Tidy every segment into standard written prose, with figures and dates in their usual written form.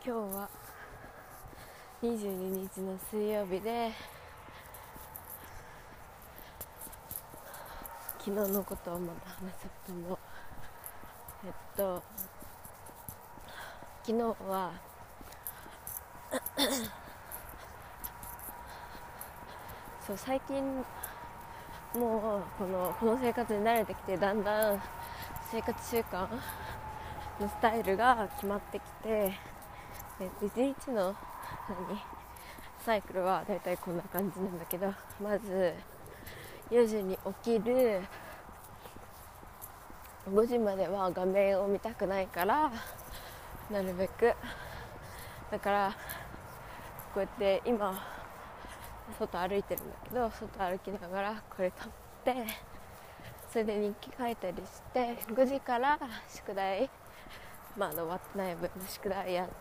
今日は22日の水曜日で、昨日のことをまた話そうと思う。昨日はそう最近もうこの生活に慣れてきて、だんだん生活習慣のスタイルが決まってきて、一日のサイクルはだいたいこんな感じなんだけど、まず4時に起きる。5時までは画面を見たくないから、なるべくだからこうやって今外歩いてるんだけど、外歩きながらこれ撮って、それで日記書いたりして、5時から宿題、終わってない分の宿題やって、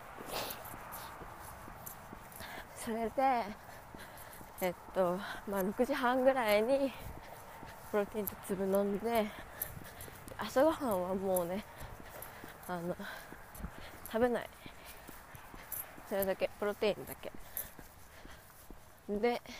それで6時半ぐらいにプロテインと粒飲んで、朝ごはんはもうね食べない、それだけ、プロテインだけで、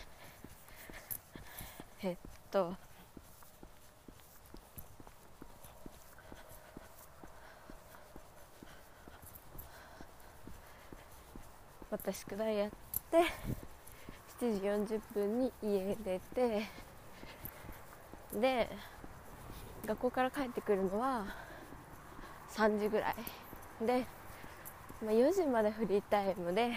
また宿題やって7時40分に家出て、で学校から帰ってくるのは3時ぐらいで、4時までフリータイムで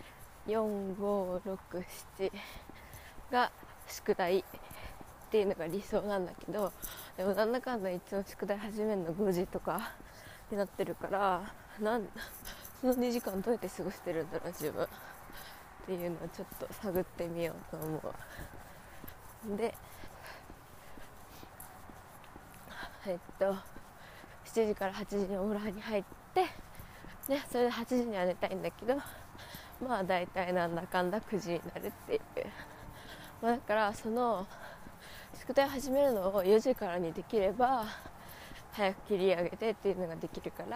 4、5、6、7が宿題っていうのが理想なんだけど、でもなんだかんだいつも宿題始めるの5時とかになってるから、その2時間どうやって過ごしてるんだろう自分っていうのをちょっと探ってみようと思う。で7時から8時にお風呂に入って、ね、それで8時には寝たいんだけど、だいたいなんだかんだ9時になるっていう、だからその宿題始めるのを4時からにできれば早く切り上げてっていうのができるから、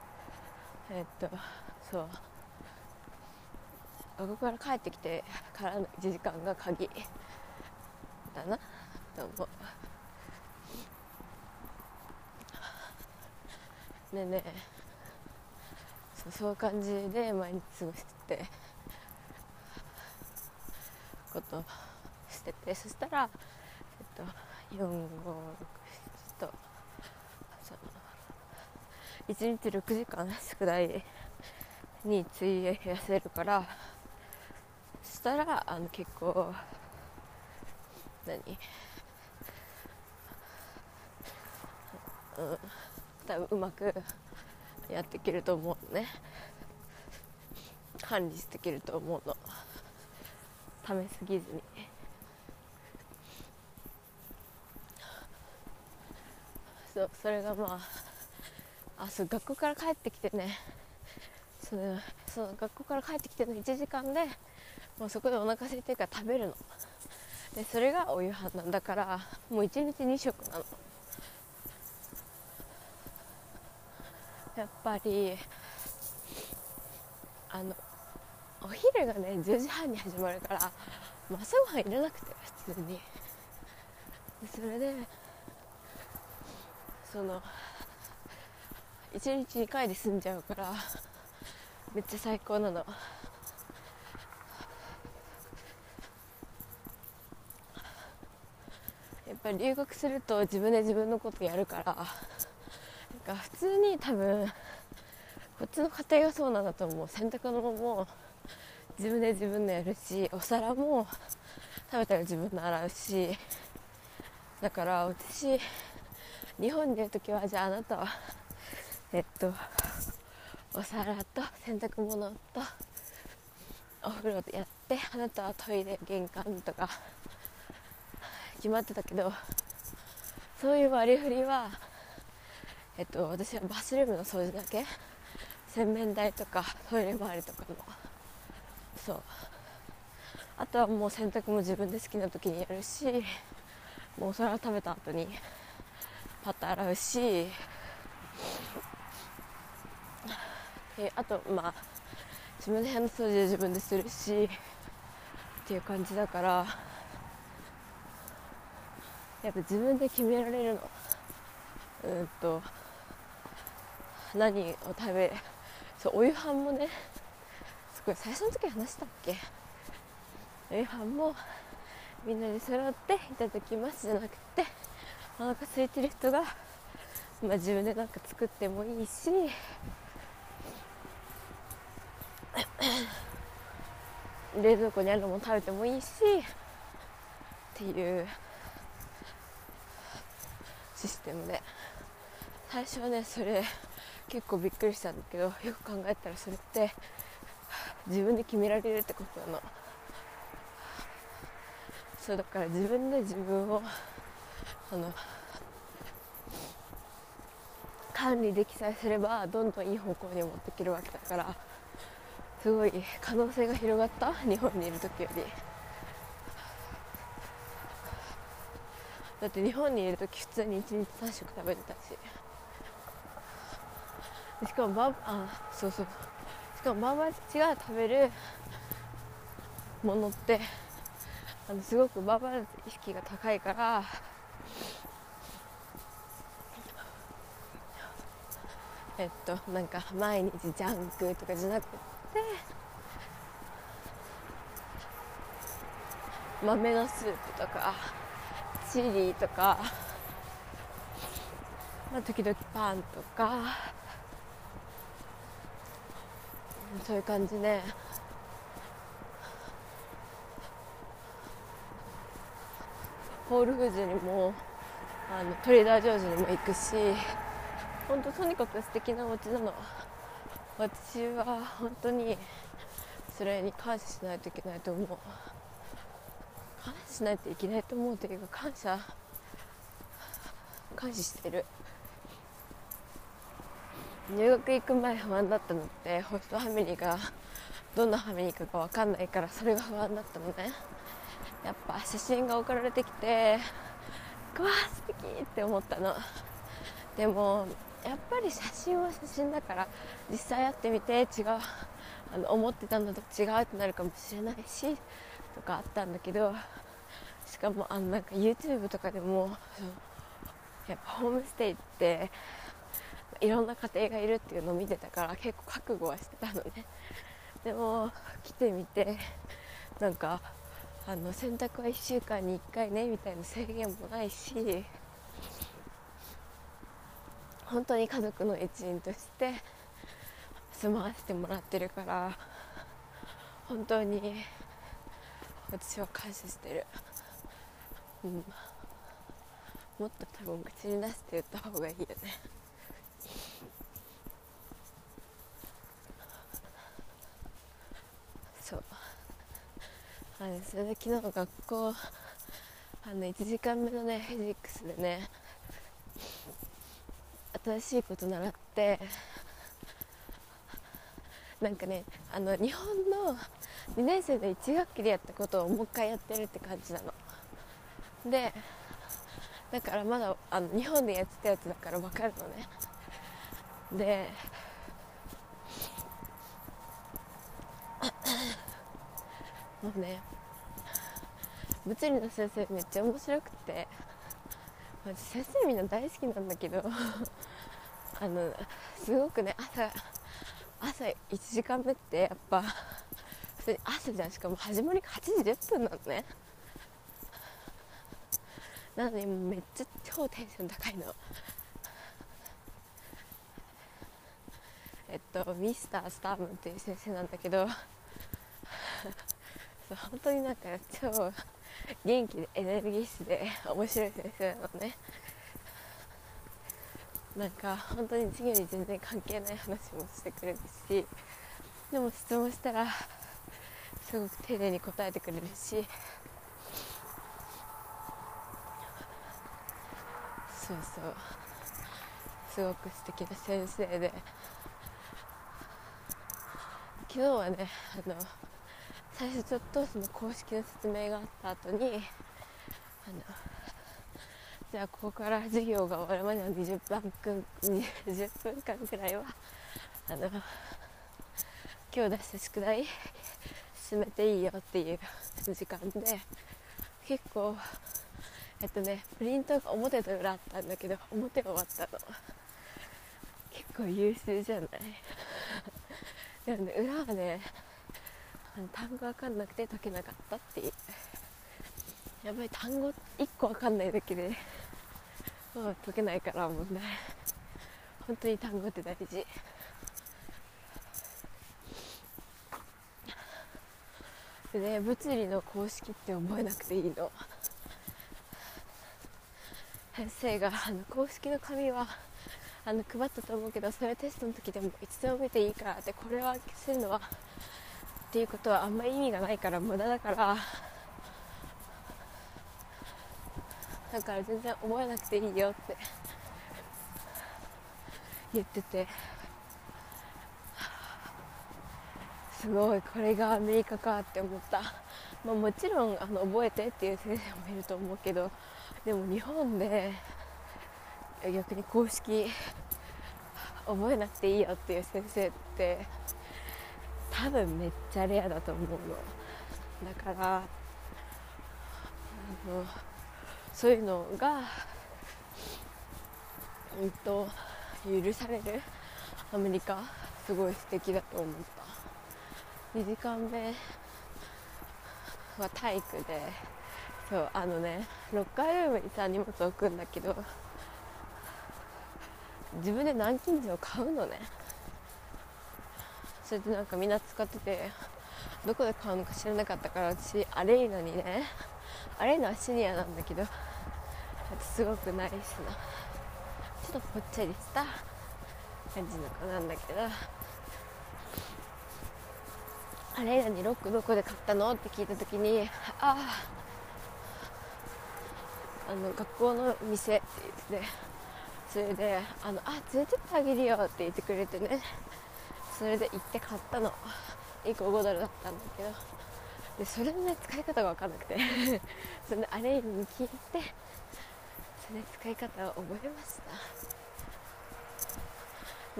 そう学校から帰ってきてからの1時間が鍵だなと思う。でね、そういう感じで毎日過ごしててことしてて、そしたら4、5、6、7と1日6時間宿題に費やせるから、そしたら結構多分うまくやっていけると思うね。管理していけると思うの、ためすぎずに。それがそう学校から帰ってきてね、その学校から帰ってきての1時間でもうそこでお腹空いてるから食べるので、それがお夕飯なんだから、もう1日2食なの。やっぱりお昼がね10時半に始まるから、朝ごはんいらなくて普通に。それで1日2回で済んじゃうからめっちゃ最高なの。やっぱり留学すると自分で自分のことやるから、普通に多分こっちの家庭がそうなんだと思う。洗濯物も自分で自分のやるし、お皿も食べたら自分の洗うし、だから私日本にいるときは、じゃああなたはお皿と洗濯物とお風呂でやって、あなたはトイレ、玄関とか決まってたけど、そういう割り振りは私はバスルームの掃除だけ、洗面台とかトイレ周りとかの、あとはもう洗濯も自分で好きな時にやるし、もうお皿食べた後にパッと洗うしっあと自分の部屋の掃除は自分でするしっていう感じだから、やっぱ自分で決められるの。何を食べる、そうお夕飯もね、すごい最初の時話したっけ、お夕飯もみんなで揃っていただきますじゃなくて、お腹空いてる人が、自分でなんか作ってもいいし、冷蔵庫にあるのも食べてもいいしっていうシステムで、最初はねそれ結構びっくりしたんだけど、よく考えたらそれって自分で決められるってことなの。そうだから自分で自分を管理できさえすればどんどんいい方向に持っていけるわけだから、すごい可能性が広がった、日本にいる時より。だって日本にいる時普通に1日3食食べてたし、しかもしかもバーバチが食べるものってすごくバーバラ意識が高いから、なんか毎日ジャンクとかじゃなくて、豆のスープとかチリとか、時々パンとか、そういう感じで、ホールフーズにもトレーダー・ジョージにも行くし、本当とにかく素敵なお家なの。私は本当にそれに感謝しないといけないと思う。感謝しないといけないと思うというか、感謝してる。入学行く前不安だったのって、ホストファミリーがどんなファミリーかが分かんないから、それが不安だったのね。やっぱ写真が送られてきて、うわー素敵って思ったの。でもやっぱり写真は写真だから、実際会ってみて違う、思ってたのと違うってなるかもしれないしとかあったんだけど、しかもなんか YouTube とかでもやっぱホームステイっていろんな家庭がいるっていうのを見てたから、結構覚悟はしてたのね。でも来てみて、なんか洗濯は1週間に1回ねみたいな制限もないし、本当に家族の一員として住まわせてもらってるから、本当に私は感謝してる。もっと多分口に出して言った方がいいよね。そうそれで昨日学校1時間目のねフィジックスでね、新しいこと習って、なんかね日本の2年生で1学期でやったことをもう一回やってるって感じなので、だからまだ日本でやってたやつだから分かるのね。でもうね、物理の先生めっちゃ面白くて、私先生みんな大好きなんだけどすごくね、朝1時間目ってやっぱ普通に朝じゃん。しかも始まりが8時10分なのね。なのにめっちゃ超テンション高いの。ミスター・スタームっていう先生なんだけどそう本当になんか超元気でエネルギッシュで面白い先生なのね。なんか本当に授業に全然関係ない話もしてくれるし、でも質問したらすごく丁寧に答えてくれるし、そうすごく素敵な先生で、昨日はね最初ちょっとその公式の説明があった後にじゃあここから授業が終わるまでの20分間くらいは今日出した宿題進めていいよっていう時間で、結構プリントが表と裏あったんだけど、表終わったの。結構優秀じゃない？でもね、裏はね、単語わかんなくて解けなかったっていう。やっぱり単語1個わかんないだけで解けないから問題。本当に単語って大事でね、物理の公式って覚えなくていいの。先生が公式の紙は配ったと思うけど、それテストの時でもいつでも見ていいからって、これはするのはっていうことはあんまり意味がないから無駄だから、だから全然覚えなくていいよって言ってて、すごいこれがアメリカかって思った。もちろん覚えてっていう先生もいると思うけど、でも日本で逆に公式覚えなくていいよっていう先生って多分めっちゃレアだと思うの。だからそういうのが許されるアメリカ、すごい素敵だと思った。2時間目は体育で、そうロッカールームにさ荷物置くんだけど、自分で南京錠を買うのね。それでみんな使ってて、どこで買うのか知らなかったから、私アレイナにね、アレイナはシニアなんだけど、すごくナイスなちょっとぽっちゃりした感じの子なんだけど、アレイナにロックどこで買ったのって聞いた時に、学校の店って言って、それで連れてってあげるよって言ってくれてね、それで行って買ったの。1個5ドルだったんだけど、でそれのね使い方が分かんなくてそれでアレイナに聞いて、それ使い方を覚えました。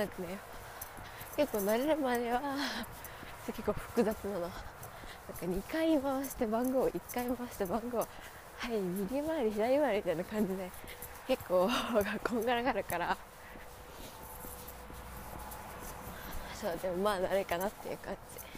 結構慣れるまでは結構複雑なの。2回回して番号、1回回して番号、はい右回り左回りみたいな感じで結構こんがらがるから、そうでも慣れかなっていう感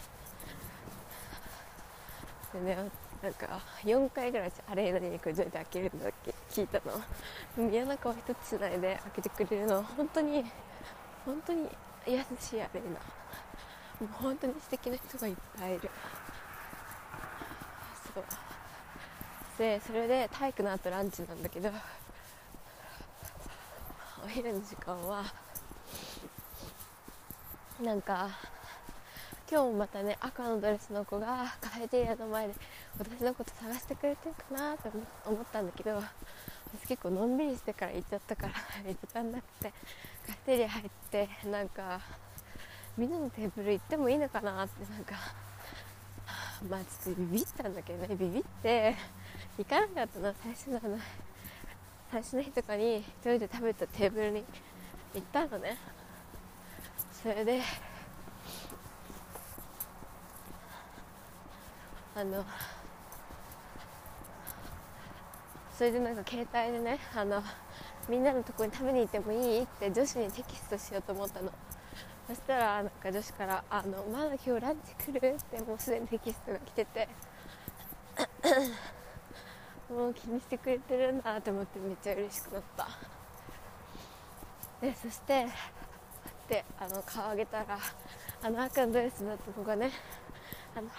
じでね、4回ぐらいアレイナにこれどうやって開けるんだっけ聞いたの。宮中は一つしないで開けてくれるの、本当に優しいアレイナ。もう本当に素敵な人がいっぱいいる。そうで、それで体育の後ランチなんだけど、お昼の時間は今日もまたね、赤のドレスの子がカフェテリアの前で私のこと探してくれてるかなと思ったんだけど、私結構のんびりしてから行っちゃったから時間なくて、カフェテリア入ってみんなのテーブル行ってもいいのかなってちょっとビビったんだけどね、ビビって行かなかったの。最初の日とかに一人で食べたテーブルに行ったのね。それでそれで携帯でね、みんなのところに食べに行ってもいいって女子にテキストしようと思ったの。そしたら女子からまだ今日ランチ来るってもうすでにテキストが来ててもう気にしてくれてるんだと思ってめっちゃ嬉しくなった。でそして顔上げたら赤のドレスだった子がね、ハイボ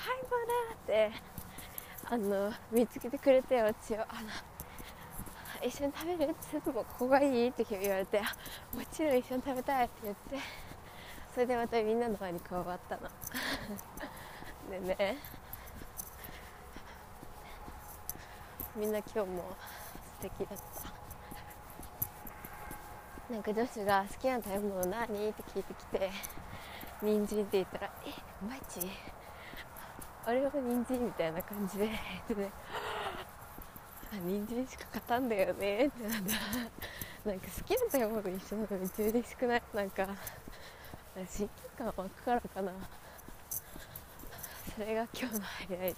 ーだって見つけてくれて、私を一緒に食べるってもここがいいって言われて、もちろん一緒に食べたいって言って、それでまたみんなの前に加わったのでね、みんな今日も素敵だった。女子が好きな食べ物何って聞いてきて、人参って言ったらマジあれは人参みたいな感じで人参しか勝たんだよねって好きな食べ物一緒なのめっちゃ嬉しくない？親近感湧くからかな。 それが今日のハイライト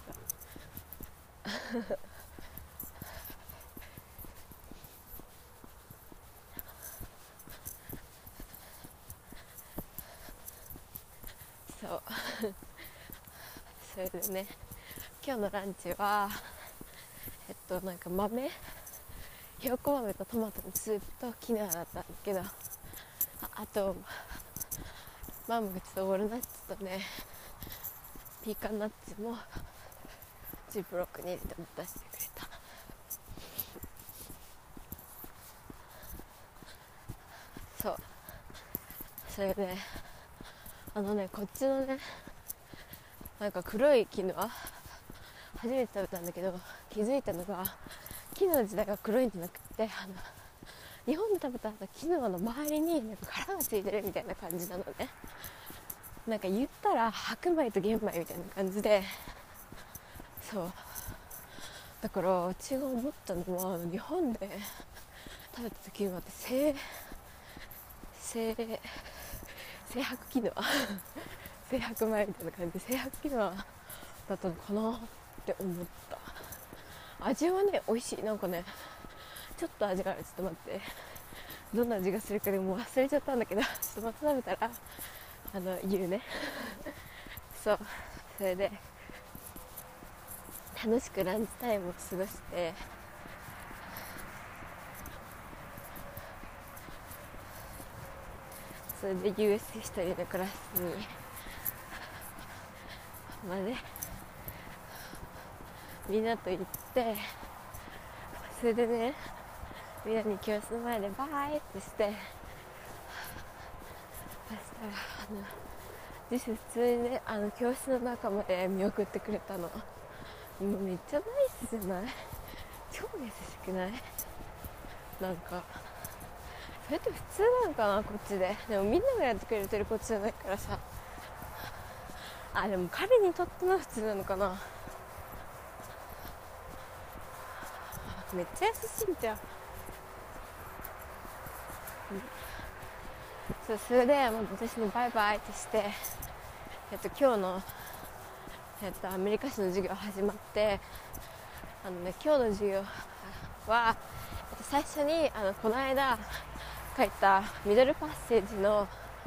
そうそれでね、今日のランチはなんかひよこ豆とトマトのスープとキヌアだったんだけど、あとマムがちょっとウォルナッツとねピーカンナッツもジップロックに入れて持たせてくれた。そう、それでこっちのねなんか黒いキヌア初めて食べたんだけど、気づいたのがキヌア自体が黒いんじゃなくて、日本で食べたキヌアの周りになんか殻がついてるみたいな感じなのね。なんか言ったら白米と玄米みたいな感じで、そうだからうちが思ったのは、日本で食べた時は精白キヌア精白米みたいな感じで精白キヌアだったのかなって思った。味はね美味しい。なんかねちょっと味がある。ちょっと待って、どんな味がするかでもう忘れちゃったんだけど、ちょっとまた食べたら言うねそう、それで楽しくランチタイムを過ごして、それで US 一人のクラスにまでみんなと行って、それでねみんなに教室の前でバイってして、そしたら実普通にね教室の中まで見送ってくれたの。もうめっちゃナイスじゃない？超優しくない？なんかそれって普通なのかなこっちで。でもみんながやってくれてるこっちじゃないからさ。でも彼にとっての普通なのかな。めっちゃ優しいんじゃん。そう、それで私にバイバイってして、今日のアメリカ史の授業始まって、今日の授業は最初にこの間書いたミドルパッセージの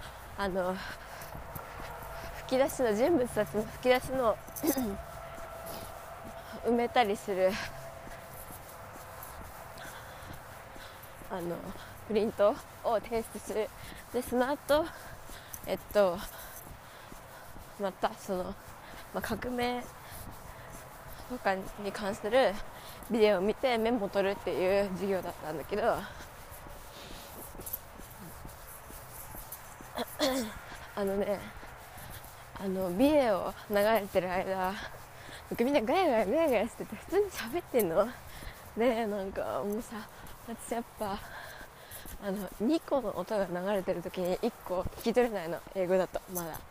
吹き出しの人物たちの吹き出しの埋めたりするプリントを提出する。でその後また革命とかに関するビデオを見てメモを取るっていう授業だったんだけど、ビデオ流れてる間みんなガヤガヤしてて普通に喋ってんので、なんかもうさ、私やっぱ2個の音が流れてる時に1個聞き取れないの、英語だとまだ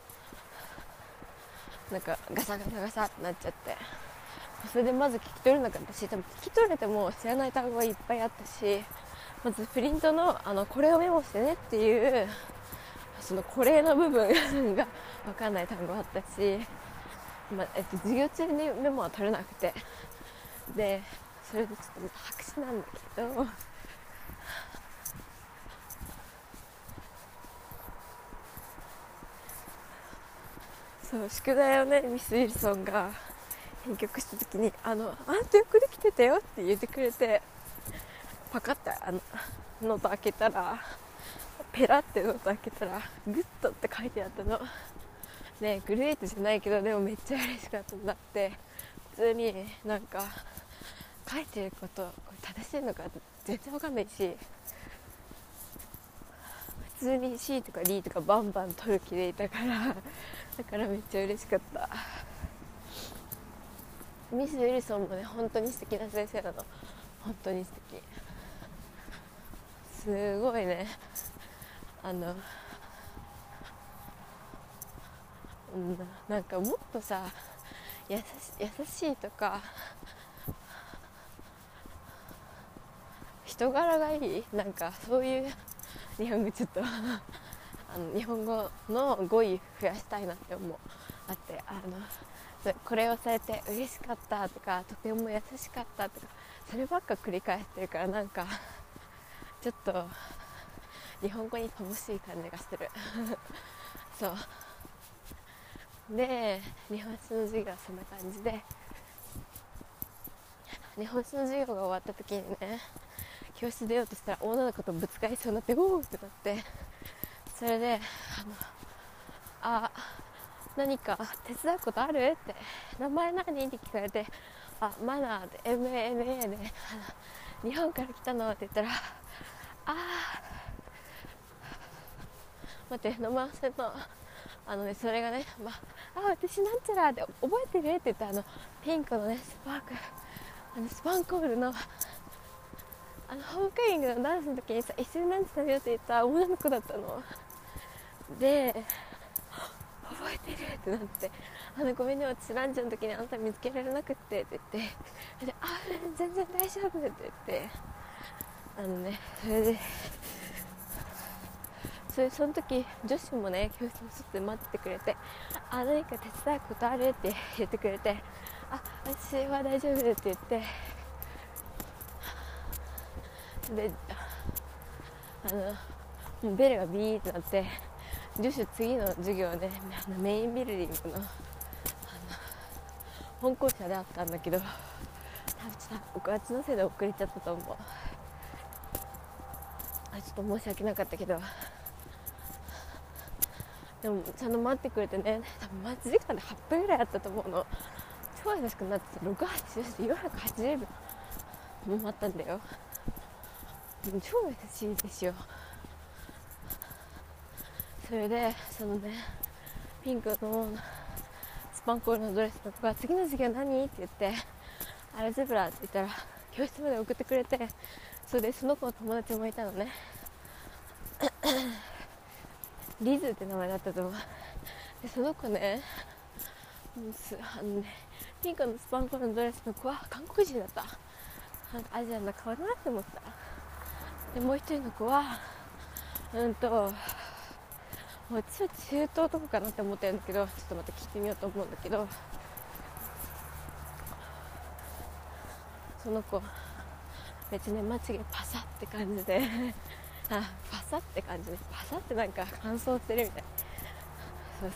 なんかガサガサガサってなっちゃって、それでまず聞き取れなかったし、多分聞き取れても知らない単語がいっぱいあったし、まずプリントのこれをメモしてねっていうそのこれの部分が分かんない単語あったし、授業中にメモは取れなくて、でそれでちょっと白紙なんだけど、そう宿題をねミス・ウィルソンが編曲した時にあんたよくできてたよって言ってくれて、パカッてノート開けたらペラってノート開けたらグッドって書いてあったのね。グレートじゃないけどでもめっちゃ嬉しかったんだって。普通になんか書いてることこれ正しいのか全然わかんないし、普通に C とか D とかバンバン取る気でいたからだからめっちゃ嬉しかった。ミス・ウィルソンもね本当に素敵な先生なの。本当に素敵、すごいね。なんかもっとさ優しいとか人柄がいい、なんかそういう日本語ちょっと日本語の語彙増やしたいなって思う。だってこれをされて嬉しかったとか、とても優しかったとか、そればっか繰り返してるから、なんかちょっと日本語に乏しい感じがするそうで、日本史の授業はそんな感じで、日本史の授業が終わった時にね、教室出ようとしたら女の子とぶつかりそうになって、おーってなって、それで何か手伝うことあるって名前何って聞かれて、マナーで MANA で日本から来たのって言ったら、待って、名前忘れた。それがね、私なんちゃらで覚えてるって言った、ピンクのねスパンコールのホームカイングのダンスの時にさ、一緒に何したよって言った女の子だったので、覚えてるってなって、ごめんね、私ランチの時にあなた見つけられなくってって言って、で、全然大丈夫って言って、その時女子もね、教室の外で待ってくれて、何か手伝うことあるって言ってくれて、私は大丈夫って言って、でもうベルがビーってなって、女子次の授業ね、メインビルディングの本校舎であったんだけど、多分僕あっちのせいで遅れちゃったと思う。ちょっと申し訳なかったけど、でもちゃんと待ってくれてね、多分待ち時間で8分ぐらいあったと思うの。超優しくなって6、8、480秒も待ったんだよ。でも超優しいですよ。それでピンクのスパンコールのドレスの子が、次の授業何って言って、アルジブラって言ったら教室まで送ってくれて、それでその子の友達もいたのねリズって名前だったと思う。でその子ね、ピンクのスパンコールのドレスの子は韓国人だった。なんかアジアンな顔だなって思った。でもう一人の子は私は中東とかかなって思ってるんだけど、ちょっとまた聞いてみようと思うんだけど、その子別にまつげパサって感じでパサって感じで、パサってなんか乾燥してるみたい。そう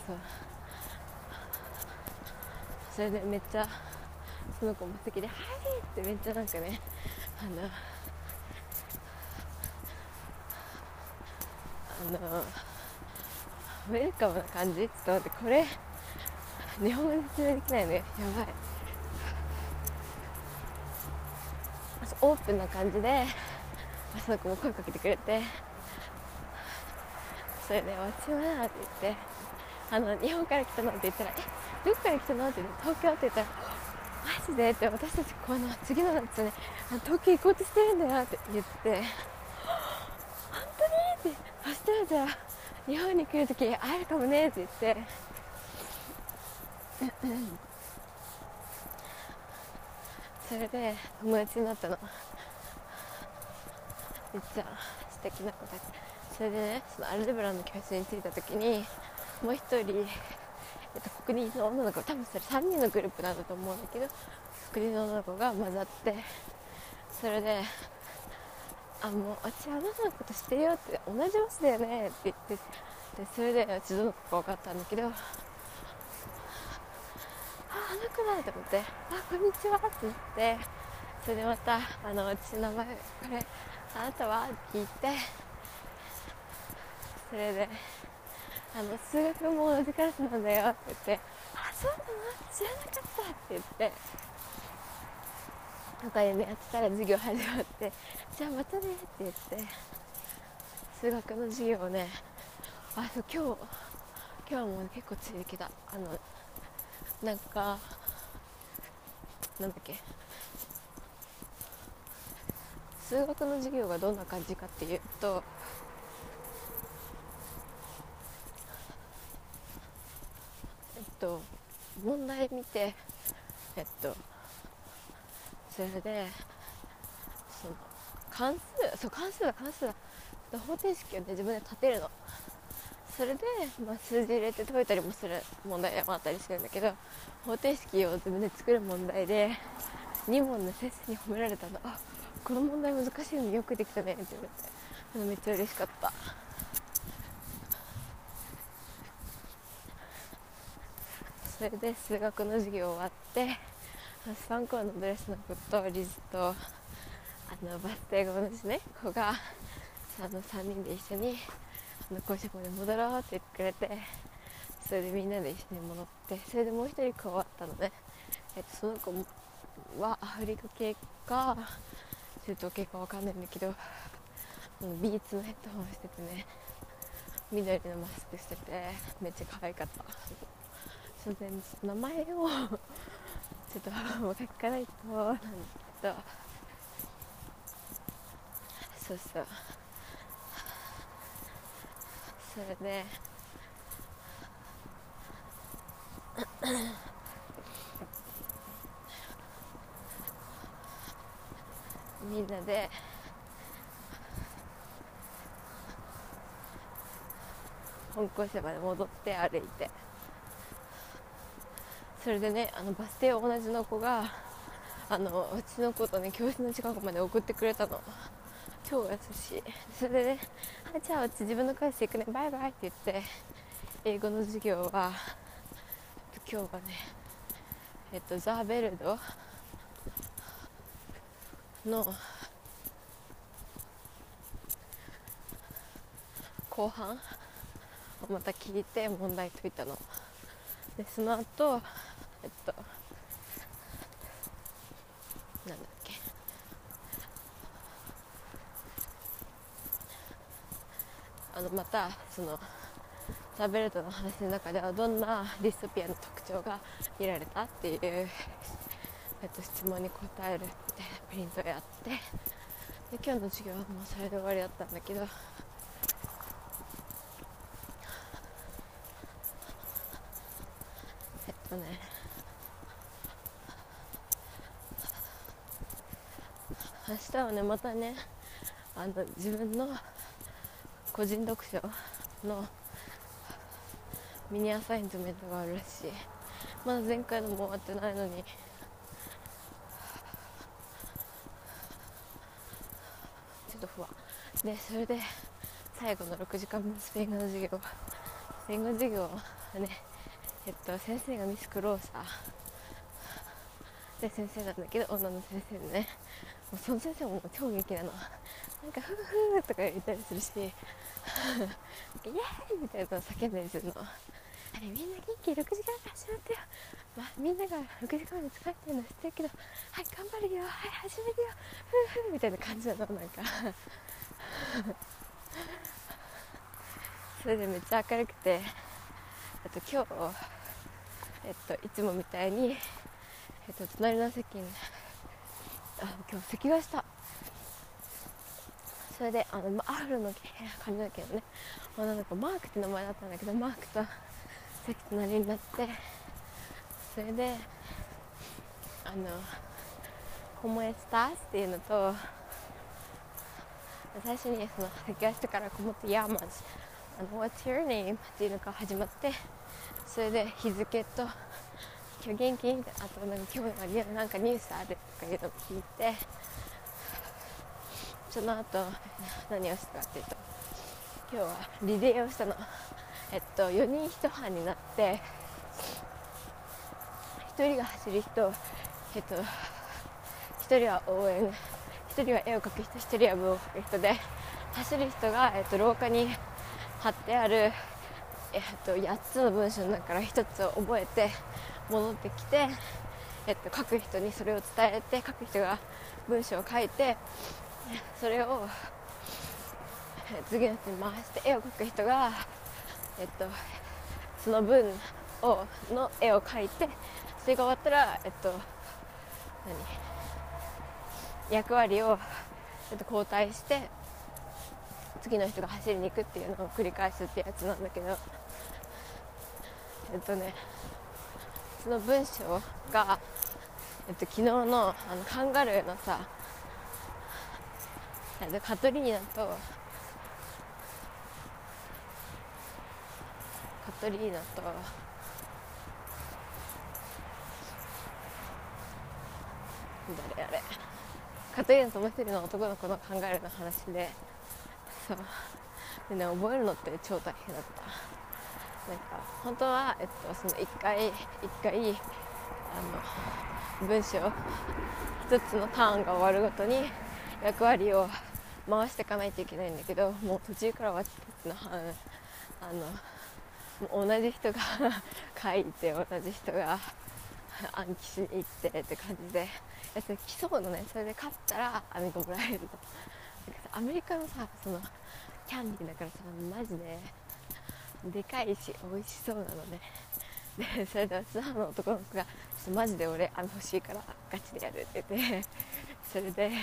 それでめっちゃその子も素敵で、はいってめっちゃなんかね、ウェルカムな感じ。ちょっと待って、これ日本語で説明できないね、やばい。オープンな感じでその子も声かけてくれて、それで私はって言って、日本から来たのって言ったら、どこから来たのって言って、東京って言ったら、マジでって、私たち次の夏ね、東京行こうとしてるんだよって言って、本当にって、そしたらじゃあ日本に来るとき会えるかもねって言ってそれで友達になったの。めっちゃ素敵な子たち。それでね、そのアルジェブラの教室に着いた時に、もう一人、黒人の女の子、多分それ3人のグループなんだと思うんだけど、黒人の女の子が混ざって、それでもう私あなたのこと知ってるよって、同じバスだよねって言って、でそれでうちどの子か分かったんだけど、あの子だと思って、こんにちはって言って、それでまた私の名前これあなたはって聞いて、それで数学も同じクラスなんだよって言って、そうなの知らなかったって言って、他でねやってたら授業始まって、じゃあまたねって言って、数学の授業をね、そう今日はもう、ね、結構ついてきた。なんだっけ、数学の授業がどんな感じかっていうと、問題見て、それでその関数だ方程式をね自分で立てるの。 それで、数字入れて解いたりもする問題もあったりするんだけど、方程式を自分で作る問題で2問の先生に褒められたの。この問題難しいのによくできたねって言われて、めっちゃ嬉しかった。それで数学の授業終わって、スパンコーのドレスの子とリズとバス停が同じね子が3人で一緒に校舎まで戻ろうって言ってくれて、それでみんなで一緒に戻って、それでもう一人加わったのね。その子はアフリカ系か中東系かわかんないんだけど、ビーツのヘッドホンしててね、緑のマスクしててめっちゃ可愛かった。それで名前をちょっともう書かないとなんだけど、そうそれでみんなで本校舎まで戻って歩いて、それでねバス停同じの子がうちの子とね教室の近くまで送ってくれたの。超優しい。それでね、じゃあうち自分の会社行くね、バイバイって言って、英語の授業は今日はねザ・ベルドの後半をまた聞いて問題解いたので、その後なんだっけ、またそのザ・ベルトの話の中ではどんなディストピアの特徴が見られたっていう、質問に答えるみたいなプリントをやって、で今日の授業はもうそれで終わりだったんだけど、明日はねまたね自分の個人読書のミニアサインメントがあるらしい。まだ前回のも終わってないのにちょっと不安で、それで最後の6時間分スペイン語の授業はね先生がミス・クローサーで先生なんだけど、女の先生でね、もうその先生も超元気なの。なんかフーフーとか言ったりするしイエーイみたいなのを叫んだりするの。あれみんな元気、6時間始まったよ、みんなが6時間まで疲れてるの知ってるけど、はい頑張るよ、はい始めるよ、フーフーみたいな感じなの。なんかそれでめっちゃ明るくて、今日いつもみたいに隣の席に今日席替えした。それでアフロの髪の毛のね女の子マークって名前だったんだけど、マークと席隣になって、それでコモエスタースっていうのと、最初にその席替えしてからこもってヤーマンズWhat's your name? っていうのが始まって、それで日付と今日元気みたいな、あとなんか今日はなんかニュースあるとかいうのを聞いて、その後何をしたかっていうと、今日はリレーをしたの。4人1班になって、1人が走る人、1人は応援、1人は絵を描く人、1人は文を描く人で、走る人が、廊下に貼ってある、8つの文章の中から1つを覚えて戻ってきて、書く人にそれを伝えて、書く人が文章を書いて、それを次の人に回して、絵を描く人が、その文の絵を描いて、それが終わったら、役割を交代して次の人が走りに行くっていうのを繰り返すってやつなんだけど、その文章が、昨日のカンガルーのさ、カトリーナとトリーナと誰あれカトリーナともう一人の男の子の考えるの話で、そうでね、覚えるのって超大変だった。なんか本当は、その一回文章一つのターンが終わるごとに役割を回していかないといけないんだけど、もう途中から終わってのもう同じ人が書いて同じ人が暗記しに行ってって感じでやって競うのね。それで勝ったらアメリカもらえると。アメリカのさ、そのキャンディーだからさ、マジででかいし美味しそうなのね。でそれで私の男の子がマジで俺飴欲しいからガチでやるって言って、それで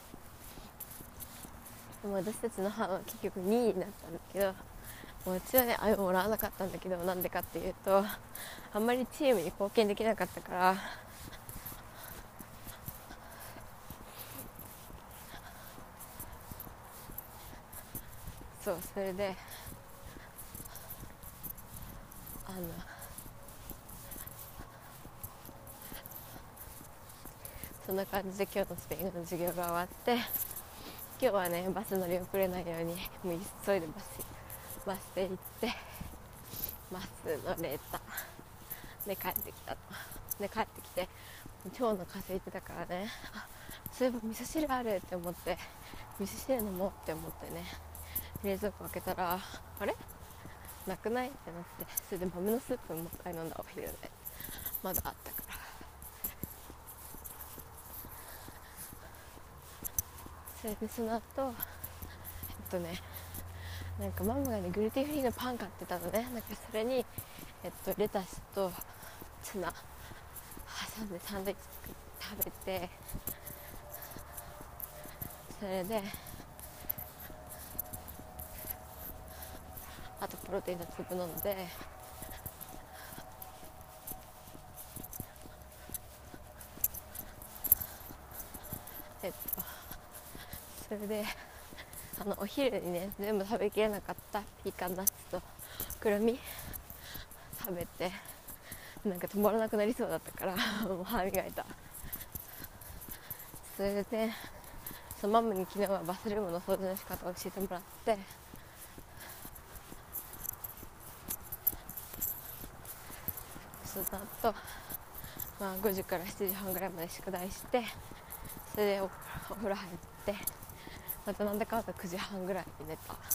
もう私たちの班は結局2位になったんだけど、もううちはね飴もらわなかったんだけど、なんでかっていうとあんまりチームに貢献できなかったから。そう、それでそんな感じで今日のスペイン語の授業が終わって、今日はねバス乗り遅れないようにもう急いでバスで行ってバス乗れた。で帰ってきた。で帰ってきて超お腹空いてたからね、そういえば味噌汁あるって思って、味噌汁飲もうって思ってね冷蔵庫開けたらあれなくないってなって、それで豆のスープもう一回飲んだ。お昼でまだあったから。それでその後なんかママがねグルテンフリーのパン買ってたのね。なんかそれにレタスとツナ挟んでサンドイッチ食べて、それであとプロテインの粒飲んで、それでお昼にね全部食べきれなかったピーカンナッツとくるみ食べて、なんか止まらなくなりそうだったからもう歯磨いた。それでそのママに昨日はバスルームの掃除の仕方を教えてもらって、その後、5時から7時半ぐらいまで宿題して、それでお風呂入ってまたなんだかんだ9時半ぐらいに寝た。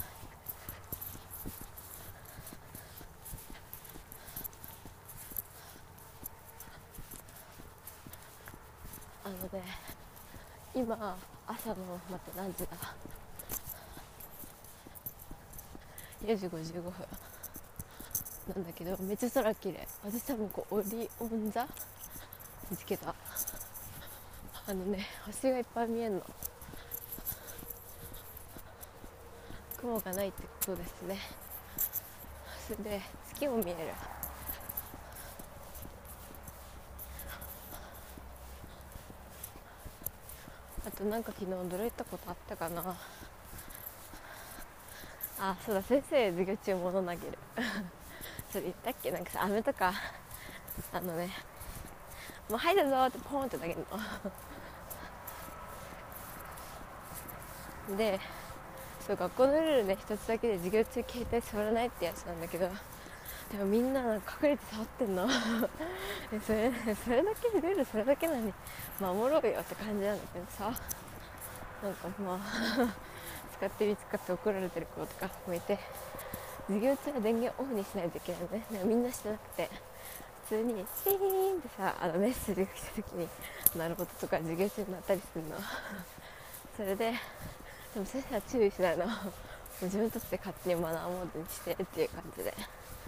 今朝の待って何時だ、4時55分なんだけど、めっちゃ空綺麗。私多分オリオン座見つけた。星がいっぱい見えるの。雲がないってことですね。それで月も見える。あとなんか昨日驚いたことあったかな。あ、そうだ、先生授業中物投げるそれ言ったっけ。なんかさ、飴とかもう入るぞってポンって投げるので、そう、学校のルールね一つだけで授業中携帯触らないってやつなんだけど、でもみんななんか隠れて触ってんのそれだけルールそれだけなのに守ろうよって感じなんだけどさ、なんか使って怒られてる子とかもいて、授業中は電源オフにしないといけないのね。なんかみんなしてなくて、普通にピーンってさメッセージが来た時になることとか授業中になったりするのそれでも先生は注意しないのもう自分たちで勝手にマナーモードにしてっていう感じで、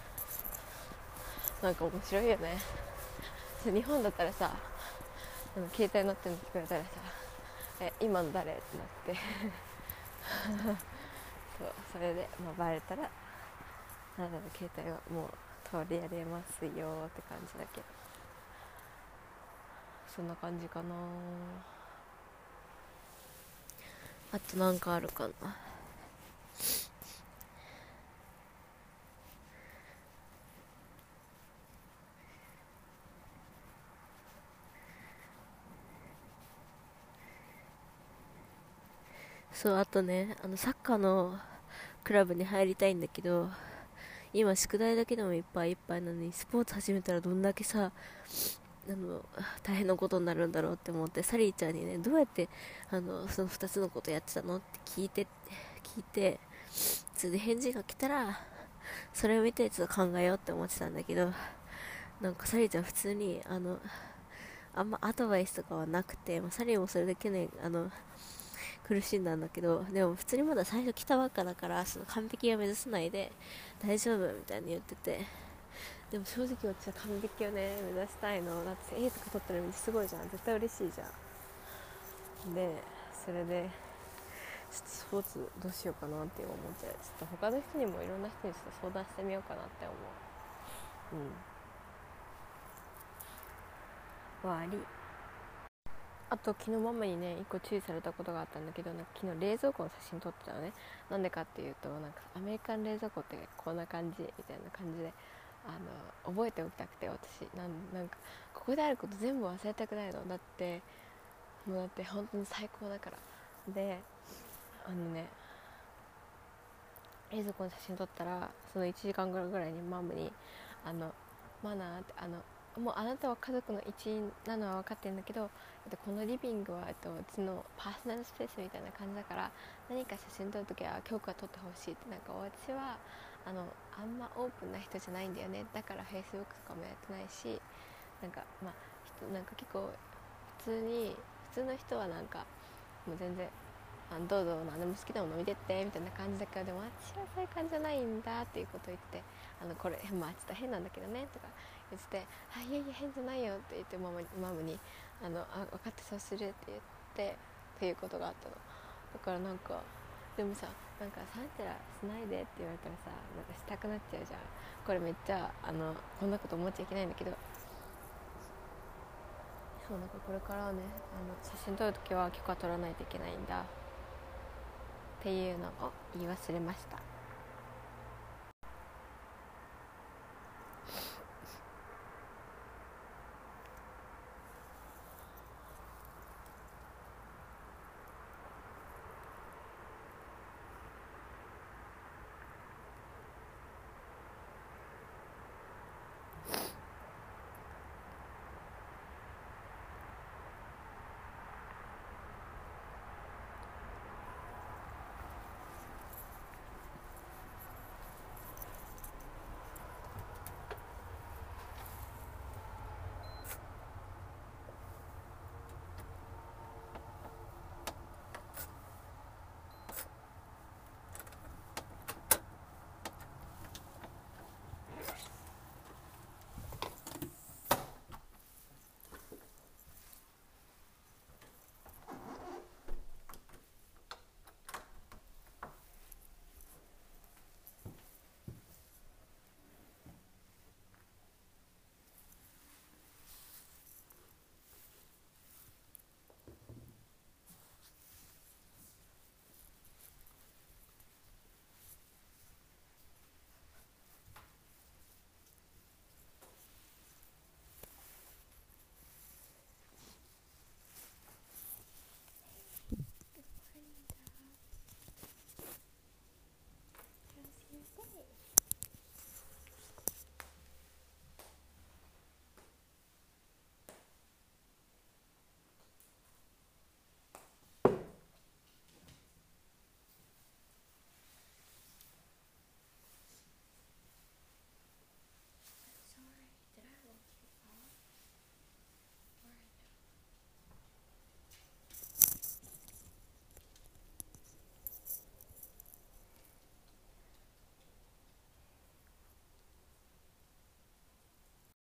なんか面白いよね。日本だったらさ携帯乗ってるの聞こえたらさ今の誰ってなってそう、それで、バレたらあなたの携帯はもう取り上げますよって感じだけど、そんな感じかな。あとなんかあるかな。 そう、あとね、サッカーのクラブに入りたいんだけど、今宿題だけでもいっぱいいっぱいなのに、スポーツ始めたらどんだけさ、大変なことになるんだろうって思って、サリーちゃんにね、どうやってその2つのことやってたのって聞いて、それで返事が来たらそれを見てちょっと考えようって思ってたんだけど、なんかサリーちゃん普通にあんまアドバイスとかはなくて、サリーもそれで去年苦しんだんだけど、でも普通にまだ最初来たばっかだから、その完璧は目指さないで大丈夫みたいに言ってて、でも正直私は完璧をね目指したいの。だって A とか取ったらめっちゃすごいじゃん、絶対嬉しいじゃん。でそれでちょっとスポーツどうしようかなって思っちゃう。ちょっと他の人にもいろんな人にちょっと相談してみようかなって思う。終わり。あと昨日ママにね1個注意されたことがあったんだけど、なんか昨日冷蔵庫の写真撮ってたのね。なんでかっていうと、なんかアメリカン冷蔵庫ってこんな感じみたいな感じで覚えておきたくて、私なんかここであること全部忘れたくないの。だって本当に最高だから。で冷蔵庫の写真撮ったら、その1時間ぐらいにママにマナーってもうあなたは家族の一員なのは分かってるんだけど、このリビングは、うちのパーソナルスペースみたいな感じだから、何か写真撮るときは許可取ってほしいって。なんか私はあんまオープンな人じゃないんだよね、だからフェイスブックとかもやってないし、なんかなんか結構普通の人はなんかもう全然どうぞ何でも好きなもの見てってみたいな感じだけど、でも私はそういう感じじゃないんだっていうことを言って、これちょっと変なんだけどねとか言ってて、いやいや変じゃないよって言ってママに分かってそうするって言ってっていうことがあったの。だからなんかでもさ、なんかサンテラしないでって言われたらさ、なんかしたくなっちゃうじゃん。これめっちゃこんなこと思っちゃいけないんだけど、そう、なんかこれからはね写真撮るときは許可取らないといけないんだっていうのを言い忘れました。